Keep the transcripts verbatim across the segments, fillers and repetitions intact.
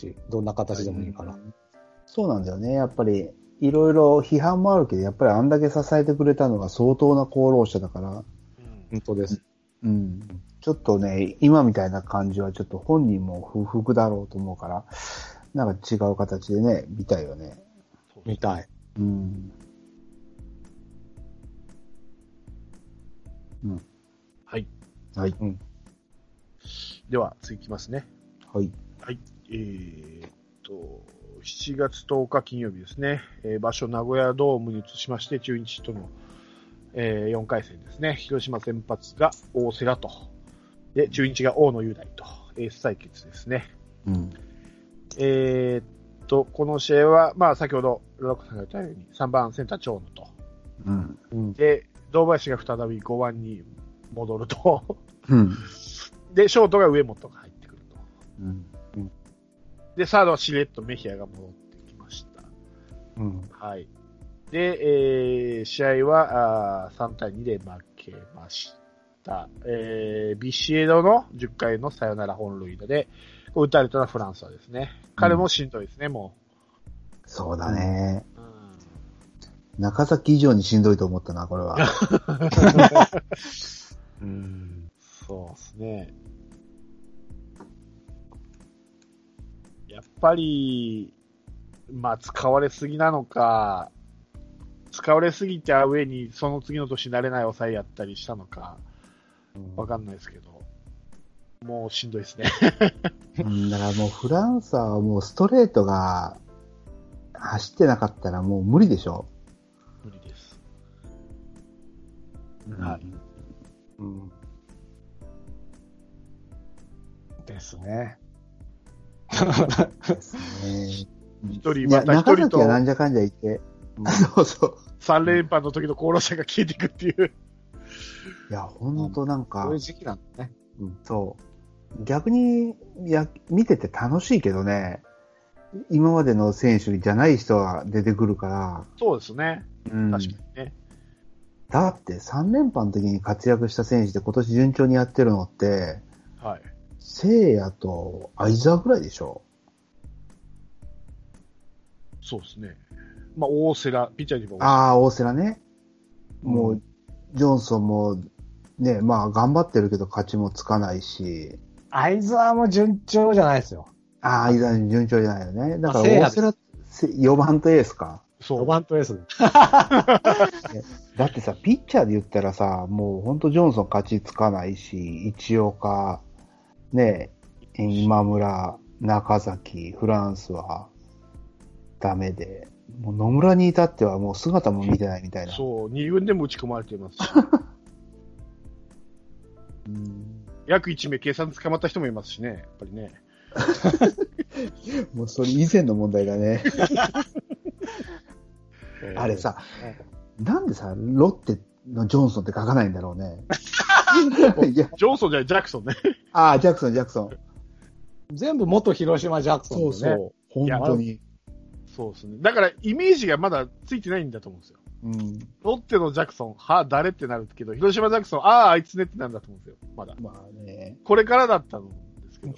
どんな形でもいいから。 そうなんだよね。やっぱり、いろいろ批判もあるけど、やっぱりあんだけ支えてくれたのが相当な功労者だから。うん、 本当です。 うん。ちょっとね、今みたいな感じはちょっと本人も不服だろうと思うから、なんか違う形でね、見たいよね。 見たい。 うん。うん。 はい。 はい。うん。 では、次いきますね。 はい。 はい。えー、っと、しちがつとおか金曜日ですね。えー、場所名古屋ドームに移しまして、中日との、えー、よんかい戦ですね。広島先発が大瀬良と。で、中日が大野雄大と。エース対決ですね。 うん。 えー、っと、この試合は、まあ、先ほど、ロラコさんが言ったように、さんばんセンター長野と。 うん。 で、堂林が再びごばんに戻ると。 うん。 で、ショートが上本が入ってくると。 うんうん、 で、サードはしれっとメヒアが戻ってきました。 うん、 はい。で、えー、試合はあさんたいにで負けました。えー、ビシエドのじゅっかいのサヨナラ本塁打で、打たれたのはフランスはですね。彼もしんどいですね、うん、もう。そうだね、 うん。 中崎以上にしんどいと思ったな、これは。 うん、そうですね。やっぱり、まあ、使われすぎなのか、使われすぎた上に、その次の年慣れない抑えやったりしたのか、わかんないですけど、もうしんどいですね。 うん、だからもうフランスはもうストレートが走ってなかったらもう無理でしょ。 無理です。 うん、 はい。 うん。ですね。 ですね。 一人、また一人と。 中崎はなんじゃかんじゃいて。うん、そうそう。 三連覇の時の功労者が消えていくっていう。 いや、ほんとなんか。 そういう時期なんだね。 うん、そう。逆に、や、見てて楽しいけどね。今までの選手じゃない人が出てくるから。 そうですね。うん、確かにね。 だってさん連覇の時に活躍した選手で今年順調にやってるのって、 はい。 聖夜と相沢ぐらいでしょ。 そうですね。まあ、大瀬良、ピッチャーにも。 ああ、大瀬良ね。もう、うん、ジョンソンも、ね、まあ、頑張ってるけど勝ちもつかないし。 相沢も順調じゃないですよ。 ああ、相沢順調じゃないよね。だから大瀬良、よばんとエースか。 そう。よばんとエース。 だってさ、ピッチャーで言ったらさ、もうほんとジョンソン勝ちつかないし、一岡、ね、今村、中崎、フランスはダメで、もう野村に至ってはもう姿も見てないみたいな。 そう、二軍でも打ち込まれていますし。うん、約いち名計算捕まった人もいますしね、やっぱりね。 もうそれ以前の問題だね。あれさ、なんでさ、ロッテのジョンソンって書かないんだろうね。 いやジョンソンじゃない、ジャクソンね。 ああ、ジャクソン、ジャクソン。 全部元広島ジャクソン、ね。 そうそう、本当に。 そうですね。だから、イメージがまだついてないんだと思うんですよ。 うん、 ロッテのジャクソン、は、誰ってなるけど、広島ジャクソン、ああ、あいつねってなんだと思うんですよ。まだ。 まあね。 これからだったんですけど。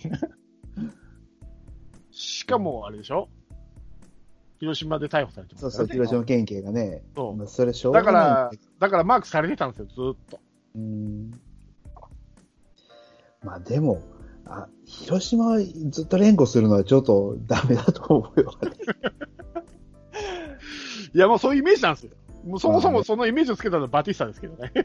しかも、あれでしょ、広島で逮捕されてますからね。 そうそう、広島県警がね。 そう。 まあ、それしょうがない。 だから、だからマークされてたんですよ、ずーっと。 うん。まあでも、あ、広島ずっと連呼するのはちょっとダメだと思うよ。 いや、もうそういうイメージなんですよ。もうそもそもそのイメージをつけたのはバティスタですけどね。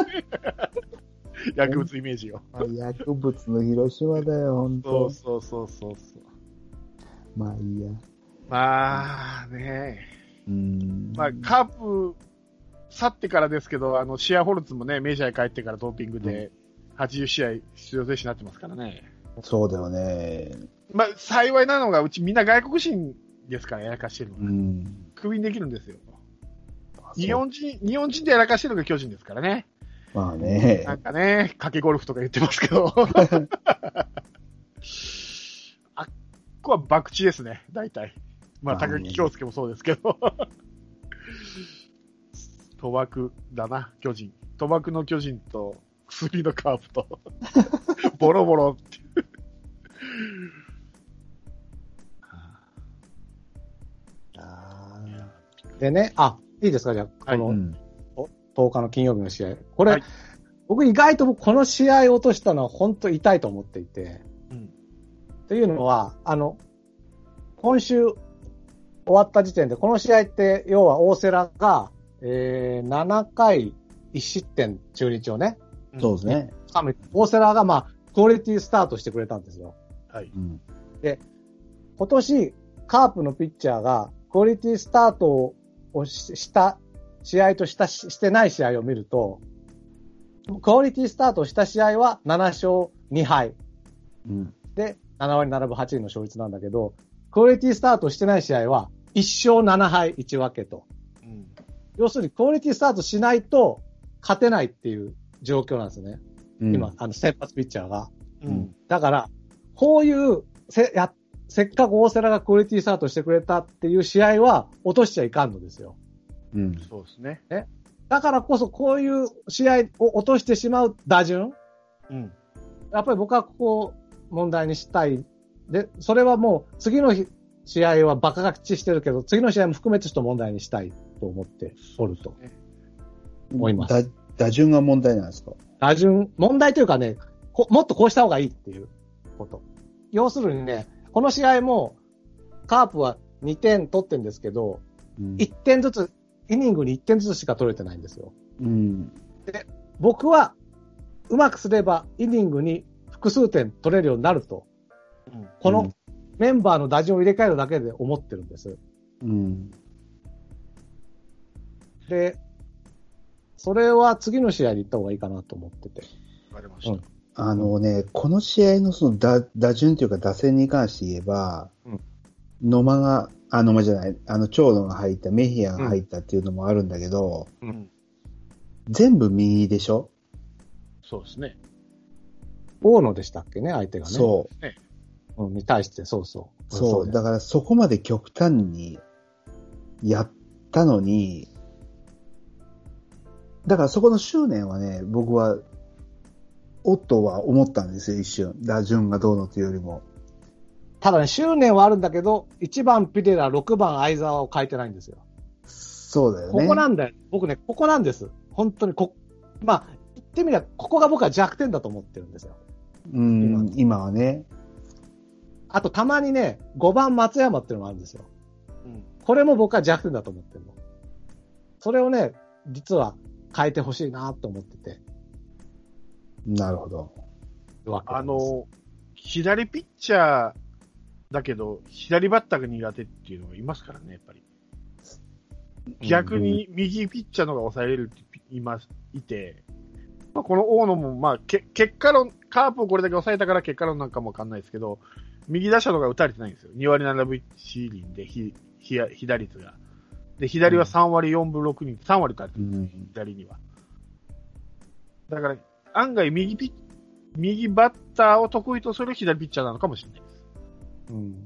薬物イメージを。 薬物の広島だよ、ほんと。 そうそうそうそう。 まあいいや。 まあね。 うん。 まあカープ去ってからですけど、あのシアホルツもね、メジャーに帰ってからドーピングではちじゅう試合出場選手になってますからね。 そうだよね。 まあ幸いなのがうちみんな外国人ですからやらかしてるのが。うん。クビにできるんですよ。日本人、日本人でやらかしてるのが巨人ですからね。 まあね。 なんかね、賭けゴルフとか言ってますけど。あっこは博打ですね、大体。まあ、高木京介もそうですけど。賭博だな、巨人。賭博の巨人と薬のカープと、ボロボロっていう。 でね、あ、いいですか、じゃあ、この、 うん。 とおかの金曜日の試合。これ、 はい僕意外とこの試合を落としたのは本当痛いと思っていて、 うん。 というのは、あの、今週終わった時点で、この試合って、要は大瀬良が、えー、ななかいいち失点中日をね、 そうですね。 大瀬良がまあ、クオリティスタートしてくれたんですよ。 はい。 うん。 今年、カープのピッチャーが、クオリティスタートをしした試合としたししてない試合を見ると、クオリティスタートをした試合はななしょうにはい。 うん。 で、ななわりななぶはちりの勝率なんだけど、クオリティスタートしてない試合はいっしょうななはいいち分けと。 うん。 要するに、クオリティスタートしないと勝てないっていう状況なんですね。 うん、 今、あの、先発ピッチャーが。 うん。 だから、こういうせ、や、せっかく大瀬良がクオリティスタートしてくれたっていう試合は落としちゃいかんのですよ。 うん。 そうですね。 だからこそこういう試合を落としてしまう打順、 うん。 やっぱり僕はここを問題にしたい。で、それはもう次の日試合はバカ勝ちしてるけど、次の試合も含めてちょっと問題にしたいと思っておると思います。 だ打順が問題なんですか？ 打順、問題というかね、こもっとこうした方がいいっていうこと。要するにね、この試合もカープはにてん取ってるんですけど、 うん。 いってんずつ、イニングにいってんずつしか取れてないんですよ。 うん。 僕はうまくすればイニングに複数点取れるようになると、 うん。 このメンバーの打順を入れ替えるだけで思ってるんです。 うん。 で、それは次の試合に行った方がいいかなと思ってて。 わかりました。 うんあのね、この試合のその打打順というか打線に関して言えば、 うん野間が、あ、野間じゃない、あの、長野が入った、メヒアが入ったっていうのもあるんだけど、 うん。 全部右でしょ？ そうですね。 大野でしたっけね、相手がね。 そう。 うん。に対して、そうそう。 そう。 ですだからそこまで極端にやったのに、だからそこの執念はね、僕は、オットーは思ったんですよ、一瞬。打順がどうのというよりも。 ただね、執念はあるんだけど、いちばんピデラ、ろくばん相沢を変えてないんですよ。 そうだよね。 ここなんだよ。僕ね、ここなんです。本当にこ、まあ、言ってみれば、ここが僕は弱点だと思ってるんですよ。 うん、今はね。 あと、たまにね、ごばん松山っていうのがあるんですよ。 うん。 これも僕は弱点だと思ってるの。それをね、実は変えてほしいなと思ってて。 なるほど。 あの、左ピッチャーだけど、左バッターが苦手っていうのがいますからね、やっぱり。逆に右ピッチャーの方が抑えれるっています、いて、まあ、この大野も、まあ、け結果論、カープをこれだけ抑えたから結果論なんかもわかんないですけど、右打者の方が打たれてないんですよ。にわりななぶいちりんで、ひ、ひ、被打率が。で、左はさんわりよんぶろくりん、さんわり打たれてるんですよ、 うん左には。だから、案外右ピッ、右バッターを得意とする左ピッチャーなのかもしれないです。 うん。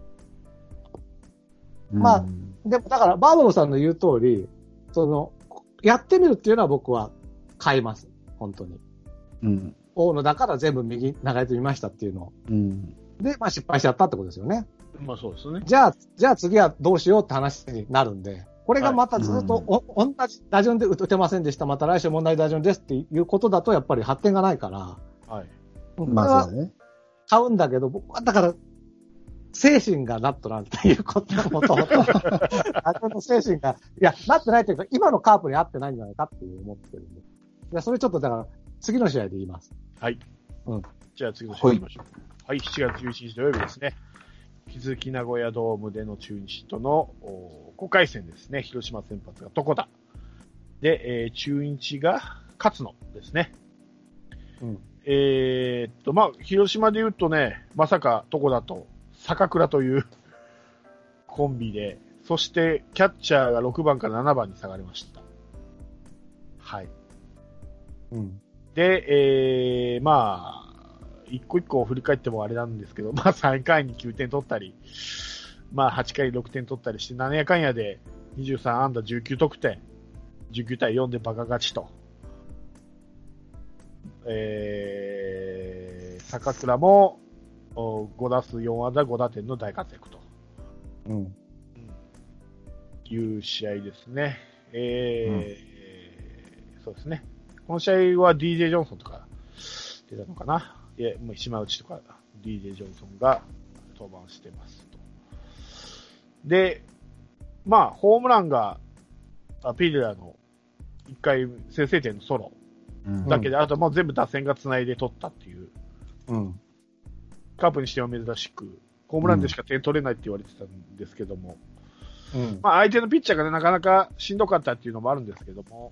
うんまあでも、だから、バーバロさんの言う通り、その、やってみるっていうのは僕は買います。本当に。 うん。 大野だから全部右流れてみましたっていうのを。 うん。 で、まあ失敗しちゃったってことですよね。 まあそうですね。 じゃあ、じゃあ次はどうしようって話になるんで、これがまたずっとお、同じ打順で打てませんでした、また来週問題打順ですっていうことだと、やっぱり発展がないから、 はい。 これまあはそうだね。 買うんだけど、僕はだから、精神がなっとなんていうこともともと、打順の精神が、いや、なってないというか、今のカープに合ってないんじゃないかっていう思ってるんで。いや、それちょっとだから、次の試合で言います。 はい。 うん。 じゃあ次の試合行きましょう。はい、しちがつじゅういちにち土曜日ですね。木月名古屋ドームでの中日とのごかい戦ですね。広島先発が床田。で、えー、中日が勝野ですね。 うん。 えー、っと、まあ、広島で言うとね、まさか床田と坂倉というコンビで、そしてキャッチャーがろくばんからななばんに下がりました。はい。 うん。 で、えー、まあ、一個一個振り返ってもあれなんですけど、まあさんかいにきゅうてん取ったり、まあはちかいにろくてん取ったりして、なんやかんやでにじゅうさんあんだじゅうきゅうとくてん、じゅうきゅうたいよんでバカ勝ちと。えー、坂倉もごだすうよんあんだごだてんの大活躍と。 うん。 いう試合ですね。えーうん、そうですね。この試合は ディージェー ジョンソンとか出たのかな。いや、もう島内とか ディージェー ジョンソンが登板してますと。で、まあ、ホームランが、ピレラのいっかい先制点のソロだけで、うん、あともう全部打線が繋いで取ったっていう。 うん。 カープにしては珍しく、ホームランでしか点取れないって言われてたんですけども、うん、まあ相手のピッチャーがね、なかなかしんどかったっていうのもあるんですけども、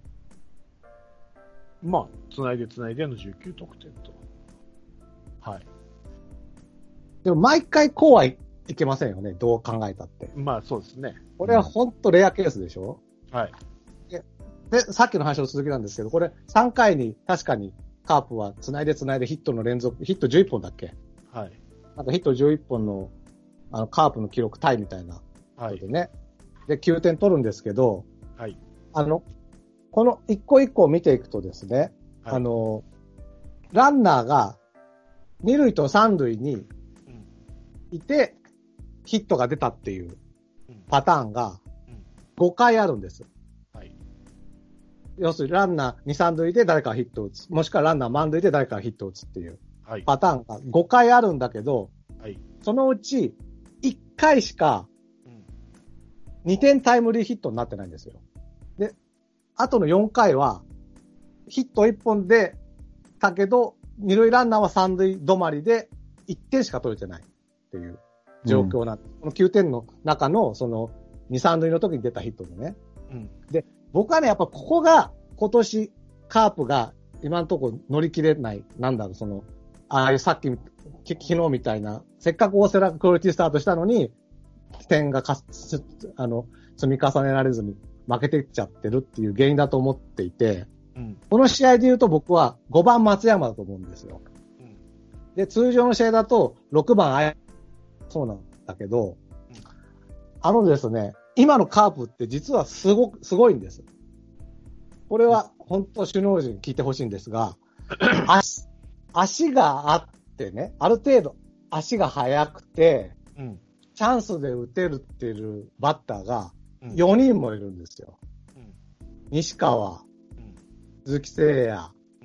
まあ、繋いで繋いでのじゅうきゅう得点と。はい。 でも毎回こうはいけませんよね、どう考えたって。 まあそうですね。 これは本当レアケースでしょ、 うん、はい。 で、でさっきの話の続きなんですけど、これさんかいに確かにカープは繋いで繋いでヒットの連続、ヒットじゅういっぽんだっけ？ はい。 なんかヒットじゅういっぽんの、あの、カープの記録タイみたいなことでね。はい、で、きゅうてん取るんですけど、 はい。 あの、この一個一個を見ていくとですね、はい、あの、ランナーが二塁と三塁にいて、ヒットが出たっていうパターンがごかいあるんです。 はい。 要するにランナー二、三塁で誰かがヒットを打つ。もしくはランナー満塁で誰かがヒットを打つっていうパターンがごかいあるんだけど、 はい、 そのうちいっかいしかにてんタイムリーヒットになってないんですよ。で、あとのよんかいはヒットいっぽんで、だけど二塁ランナーは三塁止まりでいってんしか取れてないっていう状況なんです。うん、このきゅうてんの中のそのに、三塁の時に出たヒットでね。 うん、 で、僕はね、やっぱここが今年カープが今のところ乗り切れない、なんだろう、その、ああいうさっき、昨日みたいな、せっかく大瀬良クオリティスタートしたのに、点がかす、あの、積み重ねられずに負けていっちゃってるっていう原因だと思っていて、 うん、 この試合で言うと僕はごばん松山だと思うんですよ。 うん、 で、通常の試合だとろくばんあや、そうなんだけど、うん、あのですね、今のカープって実はすごく、すごいんです。これは本当首脳陣に聞いてほしいんですが、足、足があってね、ある程度足が速くて、 うん、 チャンスで打てるっていうバッターがよにんもいるんですよ。 うん、 西川、うん、鈴木誠也、うん、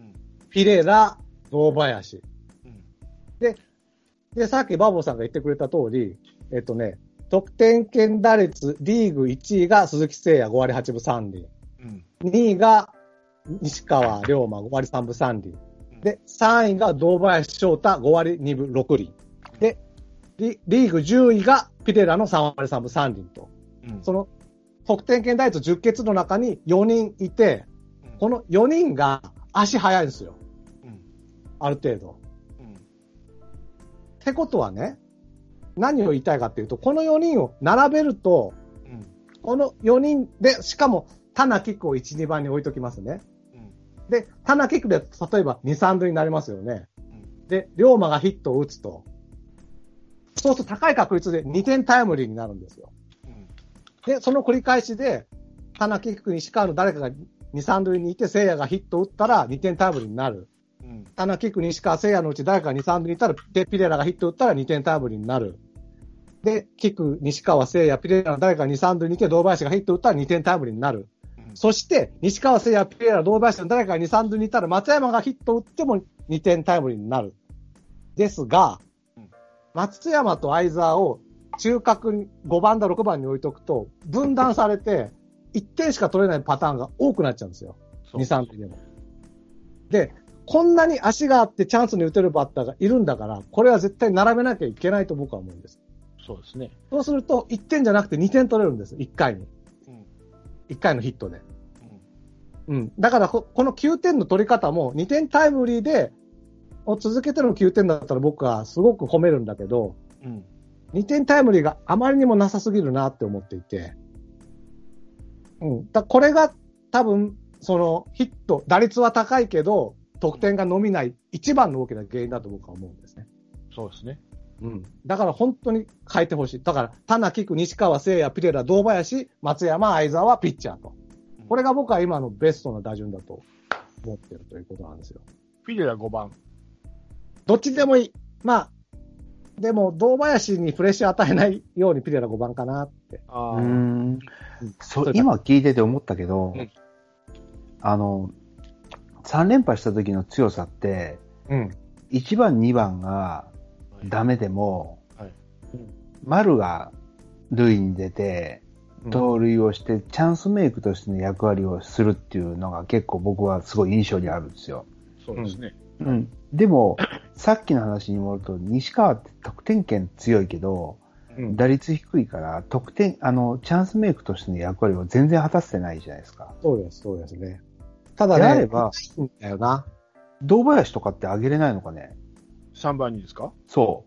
ピレラ、堂林、うん。で、で、さっきバボさんが言ってくれた通り、えっとね、得点圏打率リーグいちいが鈴木誠也ごわりはちぶさんりん。うん、にいが西川龍馬ごわりさんぶさんりん。で、さんいが堂林翔太ごわりにぶろくりん。で、リ, リーグじゅういがピレラのさんわりさんぶさんりんと。うん、その得点圏打率じゅっけつの中によにんいて、うん、このよにんが足速いんですよ。うん、ある程度、うん。ってことはね、何を言いたいかっていうと、このよにんを並べると、うん、このよにんで、しかも、田中菊をいち、にばんに置いときますね。うん、で、田中菊で例えばに、さんるいになりますよね。うん、で、龍馬がヒットを打つと。そうすると高い確率でにてんタイムリーになるんですよ。うん、で、その繰り返しで、田中菊、西川の誰かがに、さんるいにいて、聖夜がヒットを打ったらにてんタイムリーになる。うん、田中菊、西川、聖夜のうち誰かがに、さんるいにいたら、で、ピレラがヒットを打ったらにてんタイムリーになる。で、菊、西川、聖夜、ピレラの誰かがに、さんるいにいて、堂林がヒットを打ったらにてんタイムリーになる。そして、西川聖也、ピレラ、堂林の誰かがに、さんるいにいたら、松山がヒットを打ってもにてんタイムリーになる。ですが、松山と相澤を中核にごばんだろくばんに置いとくと、分断されて、いってんしか取れないパターンが多くなっちゃうんですよ。に、さんるいでも。で、こんなに足があってチャンスに打てるバッターがいるんだから、これは絶対並べなきゃいけないと僕は思うんです。 そうですね。 そうすると、いってんじゃなくてにてん取れるんです。いっかいに。いっかいのヒットで。うん。うん。だからこ、このきゅうてんの取り方もにてんタイムリーで、を続けてのきゅうてんだったら僕はすごく褒めるんだけど、うん、にてんタイムリーがあまりにもなさすぎるなって思っていて、うん。だこれが多分、そのヒット、打率は高いけど、得点が伸びない一番の大きな原因だと僕は思うんですね。 そうですね。 うん。だから本当に変えてほしい。だから、田中菊、西川、聖也、ピレラ、堂林、松山、相澤、ピッチャーと。これが僕は今のベストな打順だと思ってるということなんですよ。 ピレラごばん。 どっちでもいい。まあ、 でも、堂林にプレッシャー与えないようにピレラごばんかなって。 あうーん。そう、今聞いてて思ったけど、うん、あの、さん連覇した時の強さって、うん、いちばん、にばんがダメでも、はいはい、丸が塁に出て、盗塁をして、チャンスメイクとしての役割をするっていうのが結構僕はすごい印象にあるんですよ。 そうですね。 うん。でも、さっきの話に戻ると、西川って得点圏強いけど、うん、打率低いから、得点、あの、チャンスメイクとしての役割を全然果たせてないじゃないですか。 そうです、そうですね。ただね、であれば、いいんだよな。 堂林とかって上げれないのかね？ さんばんにですか？ そう。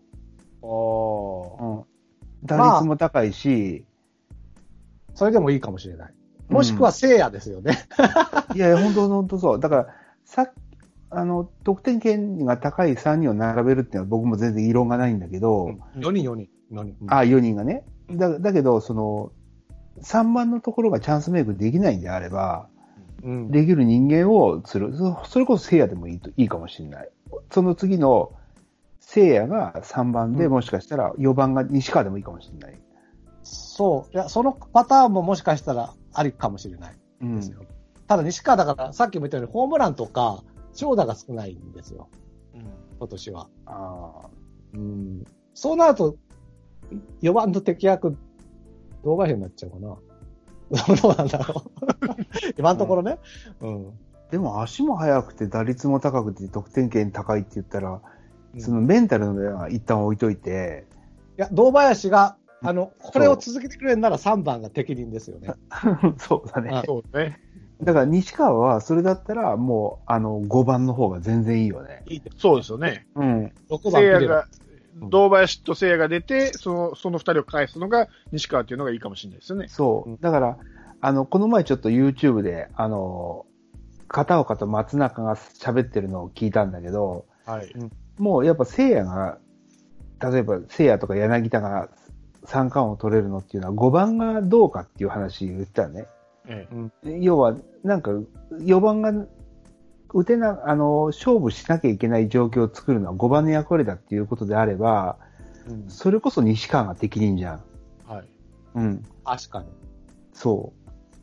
ああ。うん。打率も高いし、 まあ、それでもいいかもしれない。もしくは聖夜ですよね。 うん、いやいや、ほんとほんとそう。だから、さっき、あの、得点圏が高いさんにんを並べるっていうのは僕も全然異論がないんだけど。 うん、よにんよにん。よにん。 あ、よにんがね。だ、だけど、その、さんばんのところがチャンスメイクできないんであれば、うん、できる人間をする。それこそ聖夜でもいいと、いいかもしれない。その次の聖夜がさんばんで、うん、もしかしたらよばんが西川でもいいかもしれない。 そう。いや、そのパターンももしかしたらありかもしれないですよ。うん、ただ西川だから、さっきも言ったようにホームランとか、長打が少ないんですよ。うん、今年は。あうん、そうなると、よばんの敵役、堂林になっちゃうかな。どうなんだろう。今のところね、うん。 でも足も速くて打率も高くて得点圏高いって言ったら、うん、そのメンタルの上は一旦置いといて。 いや、堂林が、あの、これを続けてくれるならさんばんが適任ですよね。 そうだね。 そうね。 だから西川はそれだったらもうあのごばんの方が全然いいよね。 いいそうですよね。 うん。 ろくばん聖夜が、堂林と聖夜が出て、その、その二人を返すのが西川っていうのがいいかもしれないですよね。 そう。だから、あの、この前ちょっと YouTube で、あの、片岡と松中が喋ってるのを聞いたんだけど、はい。もうやっぱ聖夜が、例えば聖夜とか柳田が三冠を取れるのっていうのはごばんがどうかっていう話言ってたね。ええ、要は、なんか、よばんが打てな、あの、勝負しなきゃいけない状況を作るのはごばんの役割だっていうことであれば、うん、それこそ西川が適任じゃん。はい。 うん。確かに。 そう。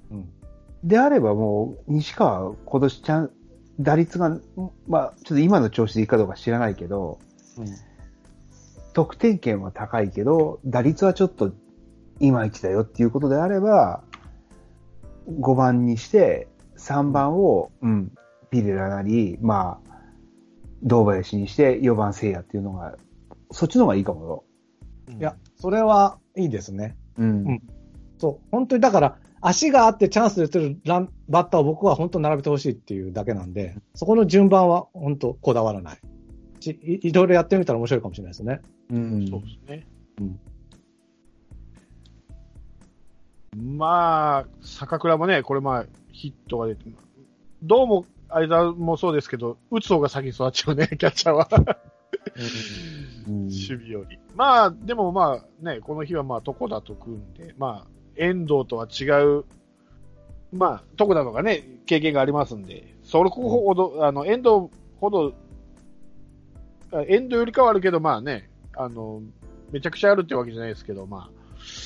うん。であればもう、西川、今年ちゃん、打率が、まあ、ちょっと今の調子でいいかどうか知らないけど、うん、得点圏は高いけど、打率はちょっと、いまいちだよっていうことであれば、ごばんにして、さんばんを、うん、ピレラなり、まあ、堂林にしてよばん聖夜っていうのが、そっちの方がいいかもよ。 いや、それはいいですね。うん。うん、そう。本当にだから、足があってチャンスで打てるランバッターを僕は本当に並べてほしいっていうだけなんで、そこの順番は本当こだわらない。い, いろいろやってみたら面白いかもしれないですね。 うん。そうですね。うん。まあ、坂倉もね、これまあ、ヒットが出て、どうも、間もそうですけど、打つ方が先に育っちゃうね、キャッチャーは。うん、守備より。まあ、でもまあね、この日はまあ、床田と組んで、まあ、遠藤とは違う、まあ、床田のがね、経験がありますんで、それほど、うん、あの、遠藤ほど、遠藤よりかはあるけど、まあね、あの、めちゃくちゃあるってわけじゃないですけど、まあ、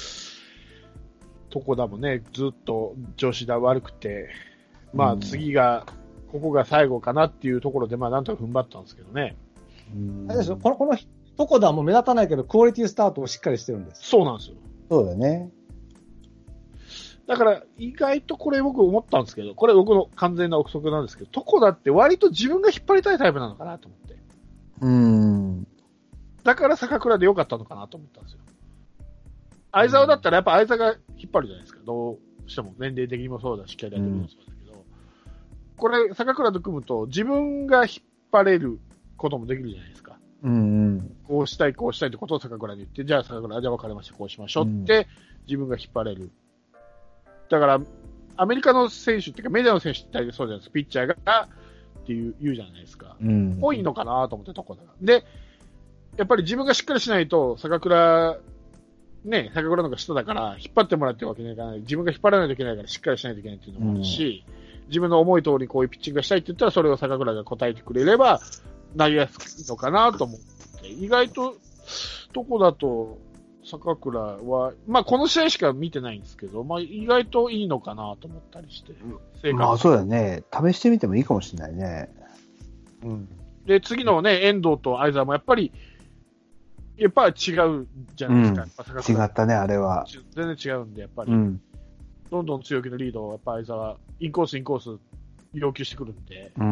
床田もね、ずっと調子が悪くて、まあ次が、ここが最後かなっていうところで、まあなんとか踏ん張ったんですけどね。 うん、あれですよ、この、この、床田はもう目立たないけど、クオリティスタートをしっかりしてるんです。 そうなんですよ。 そうだね。 だから、意外とこれ僕思ったんですけど、これ僕の完全な憶測なんですけど、床田って割と自分が引っ張りたいタイプなのかなと思って。 うーん。 だから坂倉で良かったのかなと思ったんですよ。相沢だったらやっぱ相沢が引っ張るじゃないですか。どうしても年齢的にもそうだし、キャリア的にもそうだけど、うん、これ坂倉と組むと自分が引っ張れることもできるじゃないですか。 うんうん、 こうしたい、こうしたいってことを坂倉に言って、じゃあ坂倉、じゃあ分かりました、こうしましょうって、自分が引っ張れる。だから、アメリカの選手っていうか、メジャーの選手って大体そうじゃないですか。ピッチャーがっていう言うじゃないですか。うん、多いのかなと思ってとこだ。で、やっぱり自分がしっかりしないと、坂倉、ね、坂倉の方が下だから、引っ張ってもらってるわけにはいかない。自分が引っ張らないといけないから、しっかりしないといけないっていうのもあるし、うん、自分の思い通りこういうピッチングがしたいって言ったら、それを坂倉が答えてくれれば、投げやすいのかなと思って、意外と、 とこだと、坂倉は、まあこの試合しか見てないんですけど、まあ意外といいのかなと思ったりして。 まあそうだね。試してみてもいいかもしれないね。 うん。 で、次のね、遠藤と相澤もやっぱり、やっぱり違うじゃないですか。 うん、 やっぱ違ったね、あれは。 全然違うんで、やっぱり。 うん、 どんどん強気のリードを、やっぱ相澤、インコース、インコース要求してくるんで。 うん、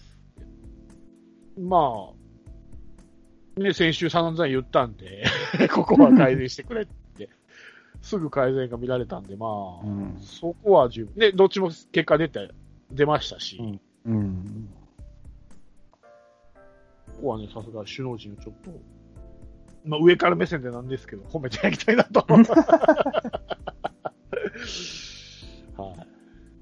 まあ、ね、先週散々言ったんで、ここは改善してくれって、すぐ改善が見られたんで、まあ、うん、そこは十分。で、どっちも結果出て、出ましたし。 うんうん、 ここはね、さすが首脳陣をちょっと、まあ上から目線でなんですけど、褒めてあげたいなと。 はい。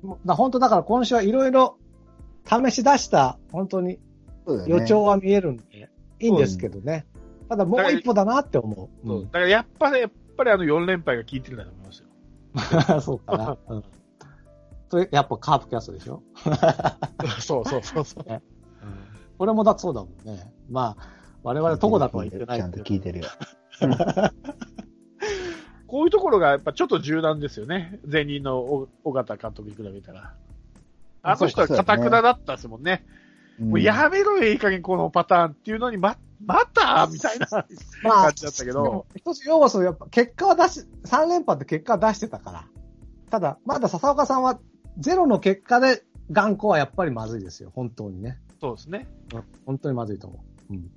だ本当だから今週はいろいろ試し出した、本当に予兆は見えるんで、ね、いいんですけどね。ただもう一歩だなって思う。 そう。だからやっぱり、やっぱりあのよん連敗が効いてるんだと思いますよ。そうかな。うん。それやっぱカープキャストでしょそうそうそうそう、ね。 うん。これもだそうだもんね。まあ、我々どこだとは言ってない。 ちゃんと聞いてるよ。 こういうところがやっぱちょっと柔軟ですよね。前任の尾形監督に比べたら。あの人は堅くなだったですもんね。もうやめろよ、いい加減このパターンっていうのに、ま、またみたいな感じだったけど。まあ、 一つ要素、やっぱ結果は出し、さん連覇って結果は出してたから。ただ、まだ笹岡さんはゼロの結果で頑固はやっぱりまずいですよ、本当にね。 そうですね。 本当にまずいと思う。うん。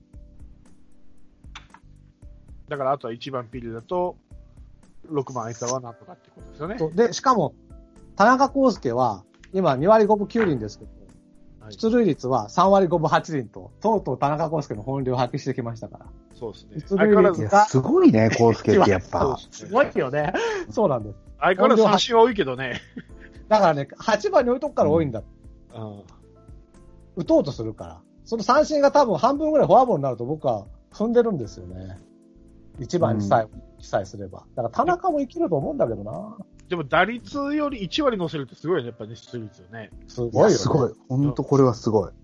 だからあとはいちばんピリだと、ろくばん相澤はなんとかってことですよね。 そうで、しかも、田中康介は、今に割ごぶきゅうりんですけど、はい、出塁率はさん割ごぶはちりんと、とうとう田中康介の本領を発揮してきましたから。 そうですね。 出塁率がすごいね、康介ってやっぱ。 すごいよね。そうなんです。 相変わらず三振は多いけどね。 だからね、はちばんに置いとくから多いんだ。うん。打とうとするから。その三振が多分半分ぐらいフォアボールになると僕は踏んでるんですよね。いちばんにさえ、記載すれば。だから田中も生きると思うんだけどな。 でも打率よりいち割乗せるってすごいよね、やっぱね、出塁率よね。 すごいよね。 すごい。ほんとこれはすごい。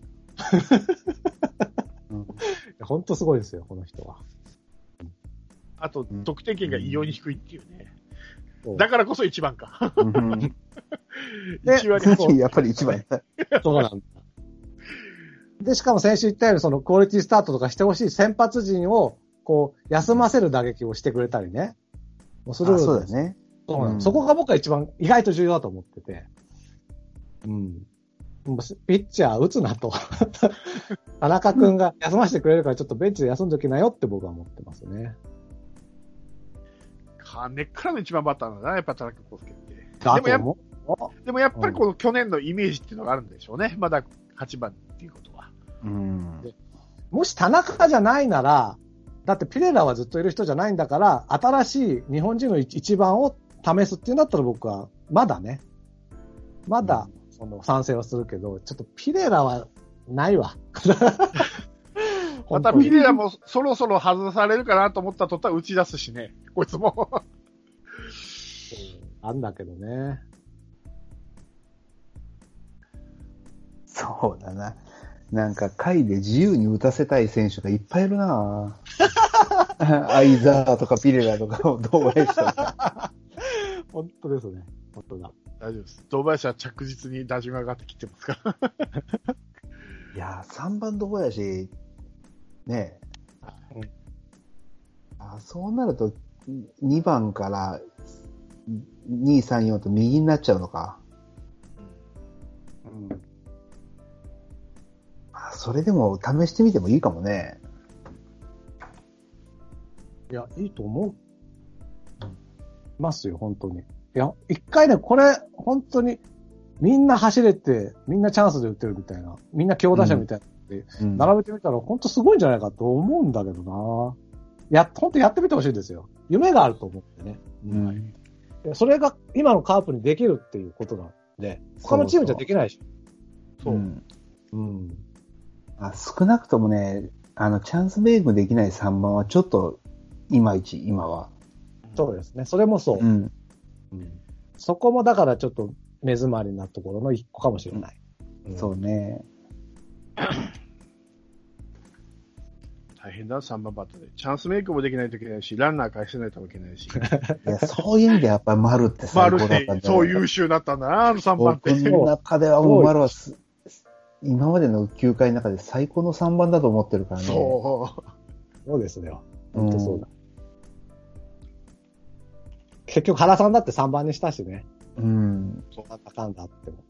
うん、ほんとすごいですよ、この人は。 あと、得点圏が異様に低いっていうね。うん、だからこそいちばんか。 うん、いち割やっぱりいちばん。 そうなんだ。で、しかも先週言ったように、そのクオリティスタートとかしてほしい先発陣を、こう、休ませる打撃をしてくれたりね。 もうそれはそうだね。 そうなの、うん。そこが僕は一番意外と重要だと思ってて。うん。ピッチャー打つなと。田中くんが休ませてくれるからちょっとベンチで休んどきなよって僕は思ってますね。 根っからの一番バッターなんだな、やっぱ田中康介って。 でもやでもやっぱりこの去年のイメージっていうのがあるんでしょうね。うん、まだはちばんっていうことは。 うん、 でもし田中じゃないなら、だってピレラはずっといる人じゃないんだから、新しい日本人の一番を試すっていうんだったら僕は、まだね、まだ、その賛成はするけど、ちょっとピレラはないわ。 またピレラもそろそろ外されるかなと思ったとったら打ち出すしね、こいつも。 あんだけどね。 そうだな。なんか、回で自由に打たせたい選手がいっぱいいるなぁ。アイザーとかピレラとかを堂林とか。 本当ですね。本当だ。 大丈夫です。堂林は着実に打順が上がってきてますから。 いやー、さんばん堂林、ねえ、うん、あ。そうなると、にばんからに、さん、よんと右になっちゃうのか。うん。それでも試してみてもいいかもね。 いや、いいと思う。ますよ、本当に。いや、一回ね、これ、本当に、みんな走れて、みんなチャンスで打ってるみたいな、みんな強打者みたいなって、うん、並べてみたら、本当すごいんじゃないかと思うんだけどな。や、本当やってみてほしいですよ。夢があると思ってね。うん。それが今のカープにできるっていうことなんで、他のチームじゃできないし。 そう。そう。うん。うんあ少なくともね、あの、チャンスメイクできないさんばんはちょっと、いまいち、今は。 そうですね。それもそう。うんうん、そこもだからちょっと目詰まりなところの一個かもしれない。 うん、そうね。 大変だ、さんばんバッターで。チャンスメイクもできないといけないし、ランナー返せないといけないし。 いや、そういう意味でやっぱり丸って最高だったんだよ。 丸って、そう優秀だったんだな、あのさんばんって。 僕の中ではもう丸はす、今までのきゅうかいの中で最高のさんばんだと思ってるからね。 そう。そうですよ。本当そうだ。うん、結局原さんだってさんばんにしたしね。 うん。 そうだったかんだっても。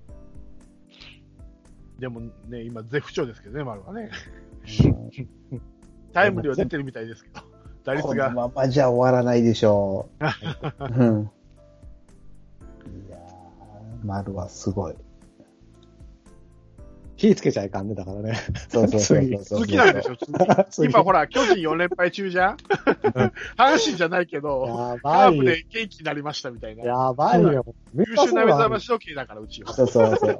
でもね、今絶不調ですけどね、丸はね。タイムリーは出てるみたいですけど、打率が。 このままじゃ終わらないでしょう。うん、いやー、丸はすごい。 火つけちゃいかんね、だからね。 そうそうそうそう続きなんでしょ、次。今ほら、巨人よん連敗中じゃん阪神じゃないけど、 やばいカープで元気になりましたみたいな。 やばいよ。 優秀な目覚まし時計だから、うちは。 そうそうそう。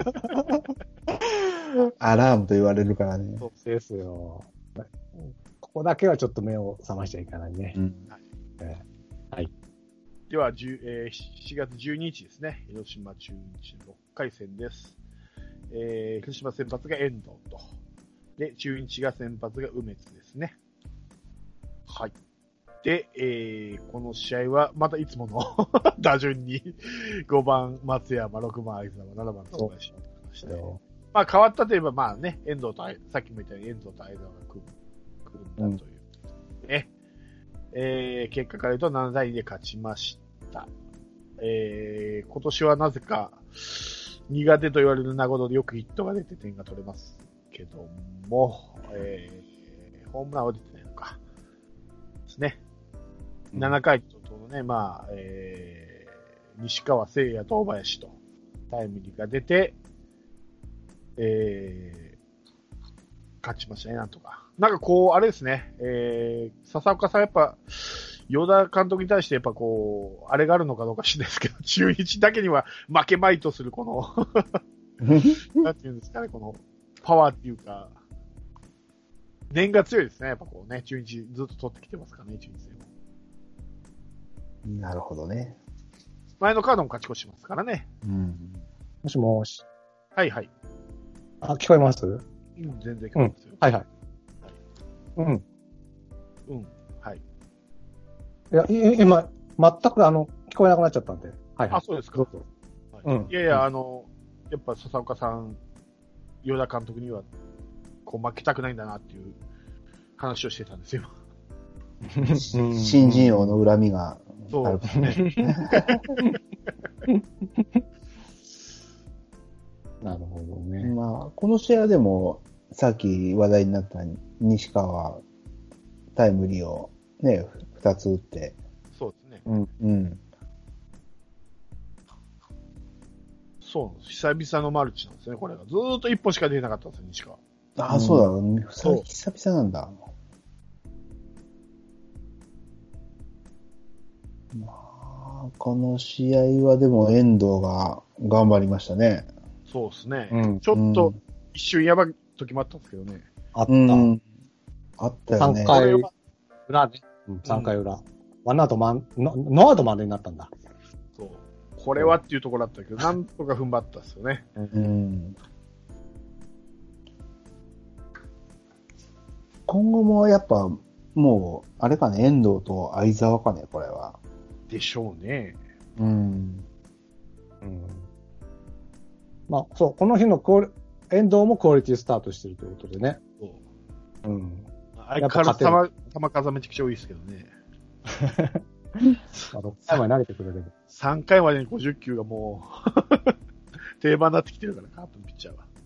アラームと言われるからね。 そうですよ。ここだけはちょっと目を覚ましちゃいけないね。うん、はいえー。はい。 では、えー、しちがつじゅうににちですね。広島中日ろっかい戦です。えー、広島先発が遠藤と。で、中日が先発が梅津ですね。はい。で、えー、この試合は、またいつもの打順にごばん松山、ろくばん相澤、ななばん小林をまして。まあ変わったといえば、まあね、遠藤と、さっきも言ったように遠藤と相澤が組んだという、ね。うん、えー、結果から言うとななたいにで勝ちました。えー、今年はなぜか、苦手と言われる名古屋でよくヒットが出て点が取れますけども、えー、ホームランは出てないのか。ですね。うん、ななかいとのね、まあ、えー、西川聖也と大林とタイムリーが出て、えー、勝ちましたね、なんとか。なんかこう、あれですね、えー、笹岡さんやっぱ、与田監督に対してやっぱこう、あれがあるのかどうか知らないですけど、中日だけには負けまいとするこの、なんていうんですかね、この、パワーっていうか、念が強いですね、やっぱこうね、中日ずっと取ってきてますからね、中日戦も。なるほどね。 前のカードも勝ち越しますからね。 うん。もしもし。 はいはい。 あ、聞こえます？ うん、全然聞こえますよ。 うん、はいはい。うん。 うん、はい。 いや、今、全くあの、聞こえなくなっちゃったんで。はい、はい。 あ、そうですか。 どうぞ。 はい、うん。いやいや、あの、やっぱ笹岡さん、与田監督には、こう負けたくないんだなっていう話をしてたんですよ。 新人王の恨みがあるからね。 なるほどね。 まあ、この試合でも、さっき話題になった西川タイムリーをね、二つ打って。 そうですね。 うん。うん。 そう、久々のマルチなんですね、これが。ずーっと一本しか出なかったんですよ、西川。 ああ、そうだ、うん、久々なんだ。まあ、この試合はでも遠藤が頑張りましたね。 そうですね。 うん、 ちょっと一瞬やばい時もあったんですけどね。 あった。 うん、あったよね。 さんかい裏ね。うん、さんかい裏。ワンアウト満、ノーアウト満塁になったんだ。 そう。これはっていうところだったけど、なんとか踏ん張ったですよね。 うん。今後もやっぱ、もう、あれかね、遠藤と相澤かね、これは。 でしょうね。 うん。うん。 まあ、そう、この日のクオリ遠藤もクオリティスタートしてるということでね。 そう。 うん。 相変わらず球、球数めちゃくちゃ多いですけどね。 ろっかいまで投げてくれる。 さんかいまでにごじゅっきゅうがもう、定番になってきてるから、カープのピッチャーは。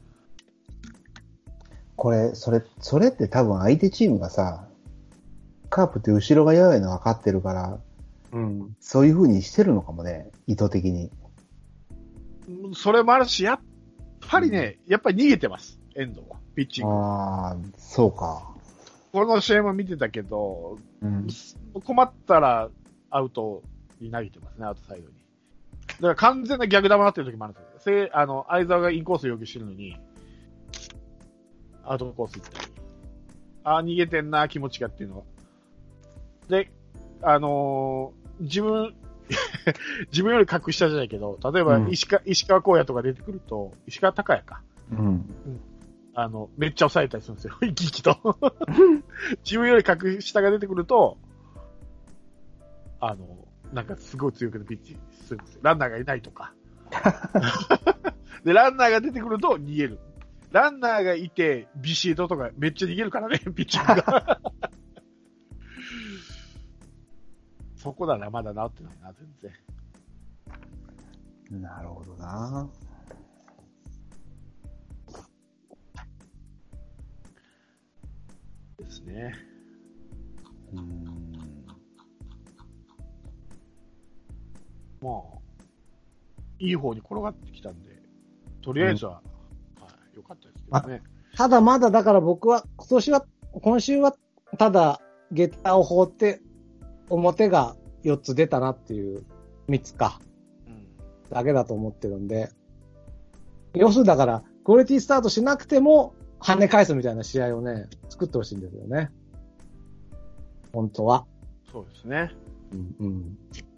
これ、それ、それって多分相手チームがさ、カープって後ろが弱いの分かってるから、 うん、 そういう風にしてるのかもね、意図的に。 それもあるし、やっぱりね、やっぱり逃げてます、遠藤は、ピッチング。 ああ、そうか。 この試合も見てたけど、 うん、 困ったらアウトに投げてますね、アウトサイドに。だから完全な逆球になってる時もあるんですよ。せあの、相澤がインコース要求してるのに、アウトコース行ったり。ああ、逃げてんな、気持ちがっていうのは。で、あのー、自分、自分より格下じゃないけど、例えば石川、うん、石川光也とか出てくると、石川隆也か。 うん。うん、 あの、めっちゃ抑えたりするんですよ。生き生きと。自分より格下が出てくると、あの、なんかすごい強くピッチするんですよ。ランナーがいないとか。で、ランナーが出てくると逃げる。ランナーがいて、ビシエドとかめっちゃ逃げるからね、ピッチングが。そこだな、まだ治ってないな、全然。 なるほどな。 ですね。 うーん。 まあ、いい方に転がってきたんで、とりあえずは、うん、はい、良かったですけどね。 ただまだだから僕は、今年は、今週は、ただ、下駄を放って、表がよっつ出たなっていう、みっつか、うん、だけだと思ってるんで、要するにだから、クオリティスタートしなくても、跳ね返すみたいな試合をね、作ってほしいんですよね。本当は。 そうですね。 うんうん。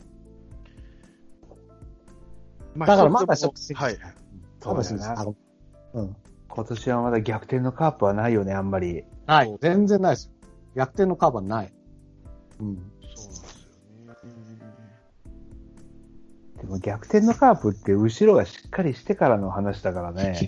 まあ、 だからまだちょっと、 はい。 そうだな。 うん。 今年はまだ逆転のカープはないよね、あんまり。 はい。全然ないですよ。逆転のカープはない。うん。 そうなんですよね。 でも逆転のカープって後ろがしっかりしてからの話だからね。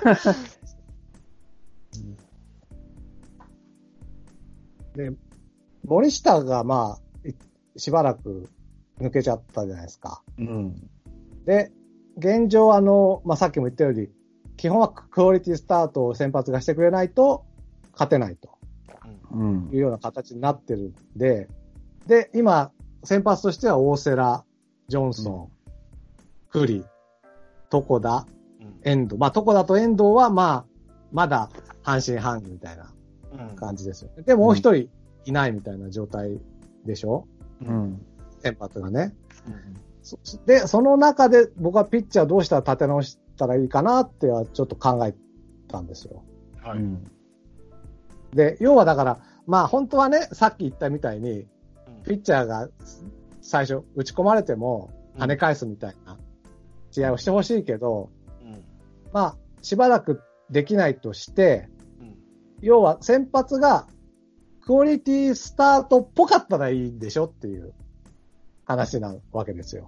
で、森下がまあ、しばらく抜けちゃったじゃないですか。 うん。 で、現状あの、まあ、さっきも言ったように、基本はクオリティスタートを先発がしてくれないと勝てないと。 うん。 いうような形になってるんで、で、今、先発としては大瀬良、ジョンソン、うん、栗、床田、遠藤。まあ、床田と遠藤はまあ、まだ半信半疑みたいな感じですよね。うん、でももう一人いないみたいな状態でしょ？ うん。 先発がね。うん、で、その中で僕はピッチャーどうしたら立て直したらいいかなってはちょっと考えたんですよ。 はい。 うん、 で、要はだから、まあ本当はね、さっき言ったみたいに、ピッチャーが最初打ち込まれても跳ね返すみたいな試合をしてほしいけど、うん、まあしばらくできないとして、うん、要は先発がクオリティスタートっぽかったらいいんでしょっていう話なわけですよ。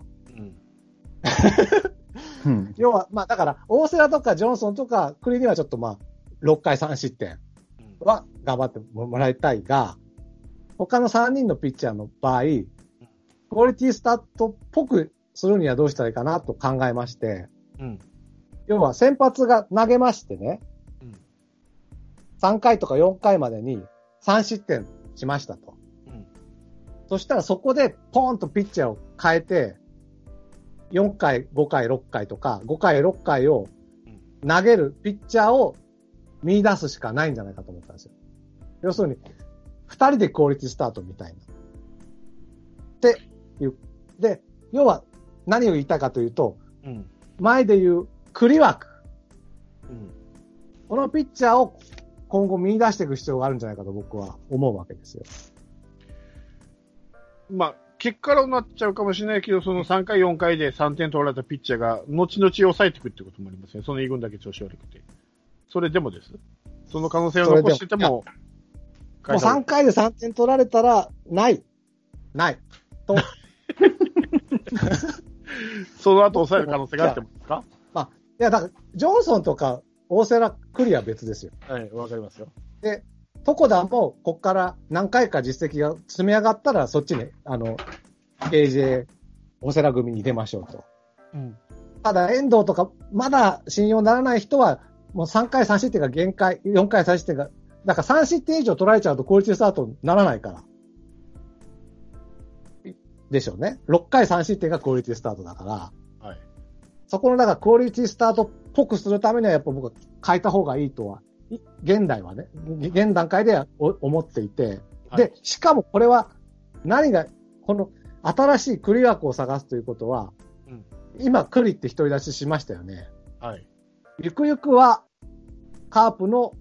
うん、要は、まあだから大瀬良とかジョンソンとかクリにはちょっとまあろっかいさん失点は頑張ってもらいたいが、他のさんにんのピッチャーの場合、クオリティスタートっぽくするにはどうしたらいいかなと考えまして、うん、要は先発が投げましてね、うん、さんかいとかよんかいまでにさん失点しましたと。うん、そしたらそこでポーンとピッチャーを変えて、よんかい、ごかい、ろっかいとか、ごかい、ろっかいを投げるピッチャーを見出すしかないんじゃないかと思ったんですよ。要するに、二人でクオリティスタートみたいな。っていう。で、要は何を言いたいかというと、うん、前で言うクリ枠、うん。このピッチャーを今後見出していく必要があるんじゃないかと僕は思うわけですよ。 まあ、結果論になっちゃうかもしれないけど、そのさんかい、よんかいでさんてん取られたピッチャーが、後々抑えていくってこともありますね。そのに軍だけ調子悪くて。それでもです。その可能性を残してても、 もうさんかいでさんてん取られたら、ない。ない。と。 その後抑える可能性があってもですか？ まあ、いや、だから、ジョンソンとか、大瀬良、クリは別ですよ。 はい、わかりますよ。 で、床田も、こっから何回か実績が積み上がったら、そっちに、あの、エージェー、大瀬良組に出ましょうと。うん。ただ、遠藤とか、まだ信用ならない人は、もうさんかいさん失点が限界、よんかいさん失点が、だからさん失点以上取られちゃうとクオリティスタートにならないから。でしょうね。ろっかいさん失点がクオリティスタートだから。はい。そこの、だからクオリティスタートっぽくするためにはやっぱ僕は変えた方がいいとは、現代はね、現段階では思っていて。はい、で、しかもこれは何が、この新しいクリ枠を探すということは、うん、今クリって独り出ししましたよね。はい。ゆくゆくは、カープの